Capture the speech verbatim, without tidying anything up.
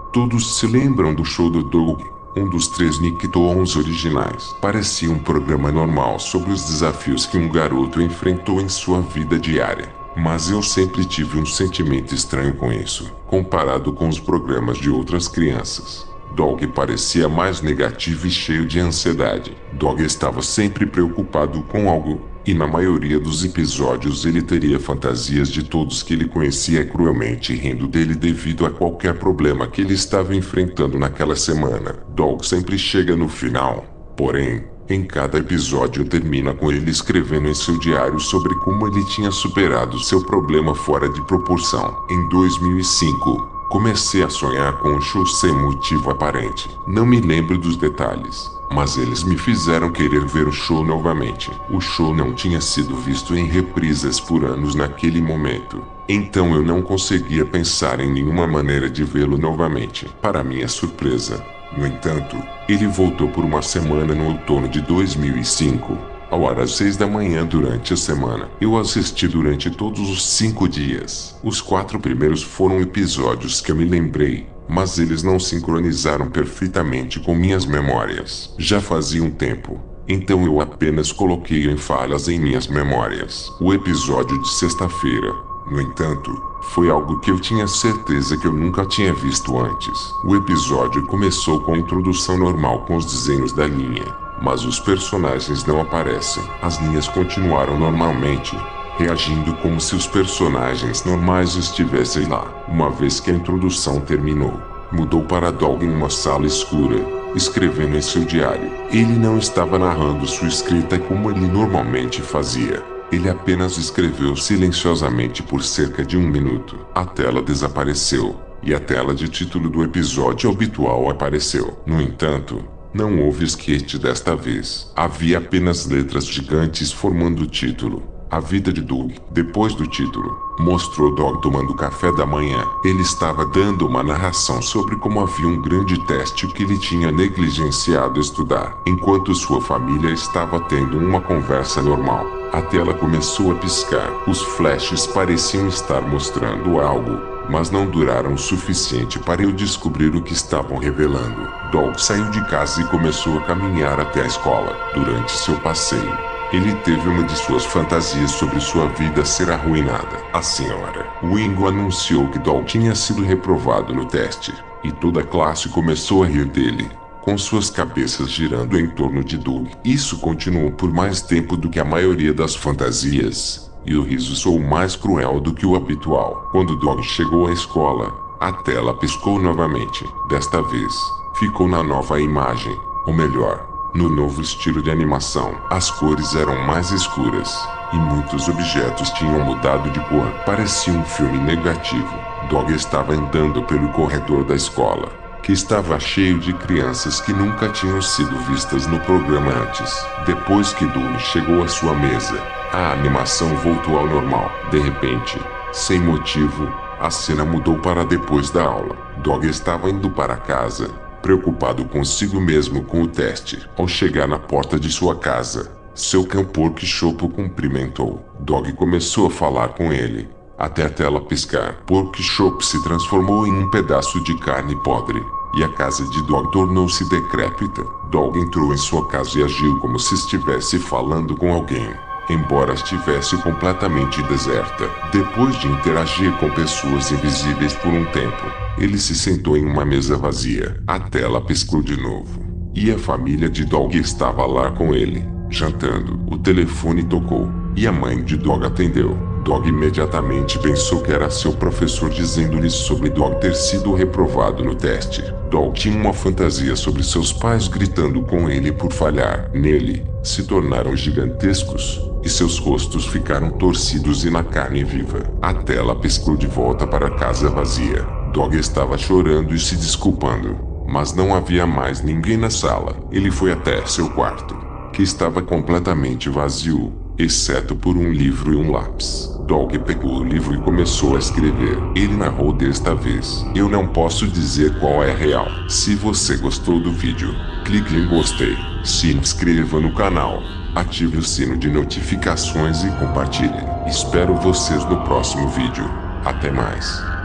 Todos se lembram do show do Doug, um dos três Nicktoons originais. Parecia um programa normal sobre os desafios que um garoto enfrentou em sua vida diária. Mas eu sempre tive um sentimento estranho com isso, comparado com os programas de outras crianças. Doug parecia mais negativo e cheio de ansiedade. Doug estava sempre preocupado com algo, e na maioria dos episódios ele teria fantasias de todos que ele conhecia cruelmente rindo dele devido a qualquer problema que ele estava enfrentando naquela semana. Doug sempre chega no final, porém, em cada episódio termina com ele escrevendo em seu diário sobre como ele tinha superado seu problema fora de proporção. Em dois mil e cinco, comecei a sonhar com um show sem motivo aparente. Não me lembro dos detalhes, mas eles me fizeram querer ver o show novamente. O show não tinha sido visto em reprises por anos naquele momento, então eu não conseguia pensar em nenhuma maneira de vê-lo novamente. Para minha surpresa, no entanto, ele voltou por uma semana no outono de dois mil e cinco, ao horas seis da manhã durante a semana. Eu assisti durante todos os cinco dias. Os quatro primeiros foram episódios que eu me lembrei, mas eles não sincronizaram perfeitamente com minhas memórias. Já fazia um tempo, então eu apenas coloquei em falhas em minhas memórias. O episódio de sexta-feira, no entanto, foi algo que eu tinha certeza que eu nunca tinha visto antes. O episódio começou com a introdução normal com os desenhos da linha, mas os personagens não aparecem. As linhas continuaram normalmente, reagindo como se os personagens normais estivessem lá. Uma vez que a introdução terminou, mudou para Doug em uma sala escura, escrevendo em seu diário. Ele não estava narrando sua escrita como ele normalmente fazia. Ele apenas escreveu silenciosamente por cerca de um minuto. A tela desapareceu, e a tela de título do episódio habitual apareceu. No entanto, não houve skate desta vez. Havia apenas letras gigantes formando o título. A vida de Doug. Depois do título, mostrou Doug tomando café da manhã. Ele estava dando uma narração sobre como havia um grande teste que ele tinha negligenciado estudar, enquanto sua família estava tendo uma conversa normal. A tela começou a piscar. Os flashes pareciam estar mostrando algo, mas não duraram o suficiente para eu descobrir o que estavam revelando. Doug saiu de casa e começou a caminhar até a escola. Durante seu passeio, ele teve uma de suas fantasias sobre sua vida ser arruinada. A senhora Wingo anunciou que Doug tinha sido reprovado no teste, e toda a classe começou a rir dele, com suas cabeças girando em torno de Doug. Isso continuou por mais tempo do que a maioria das fantasias, e o riso soou mais cruel do que o habitual. Quando Doug chegou à escola, a tela piscou novamente. Desta vez, ficou na nova imagem, ou melhor, no novo estilo de animação. As cores eram mais escuras, e muitos objetos tinham mudado de cor. Parecia um filme negativo. Doug estava andando pelo corredor da escola, que estava cheio de crianças que nunca tinham sido vistas no programa antes. Depois que Doug chegou à sua mesa, a animação voltou ao normal. De repente, sem motivo, a cena mudou para depois da aula. Doug estava indo para casa, preocupado consigo mesmo com o teste. Ao chegar na porta de sua casa, seu cão Pork-Chop o cumprimentou. Doug começou a falar com ele, até a tela piscar. Pork-Chop se transformou em um pedaço de carne podre, e a casa de Doug tornou-se decrépita. Doug entrou em sua casa e agiu como se estivesse falando com alguém, embora estivesse completamente deserta. Depois de interagir com pessoas invisíveis por um tempo, ele se sentou em uma mesa vazia. A tela piscou de novo, e a família de Doug estava lá com ele, jantando. O telefone tocou, e a mãe de Doug atendeu. Doug imediatamente pensou que era seu professor dizendo-lhe sobre Doug ter sido reprovado no teste. Doug tinha uma fantasia sobre seus pais gritando com ele por falhar. Nele, se tornaram gigantescos, e seus rostos ficaram torcidos e na carne viva. A tela piscou de volta para a casa vazia. Doug estava chorando e se desculpando, mas não havia mais ninguém na sala. Ele foi até seu quarto, que estava completamente vazio, exceto por um livro e um lápis. Doug pegou o livro e começou a escrever. Ele narrou desta vez: "Eu não posso dizer qual é a real. Se você gostou do vídeo, clique em gostei, se inscreva no canal, ative o sino de notificações e compartilhe. Espero vocês no próximo vídeo. Até mais."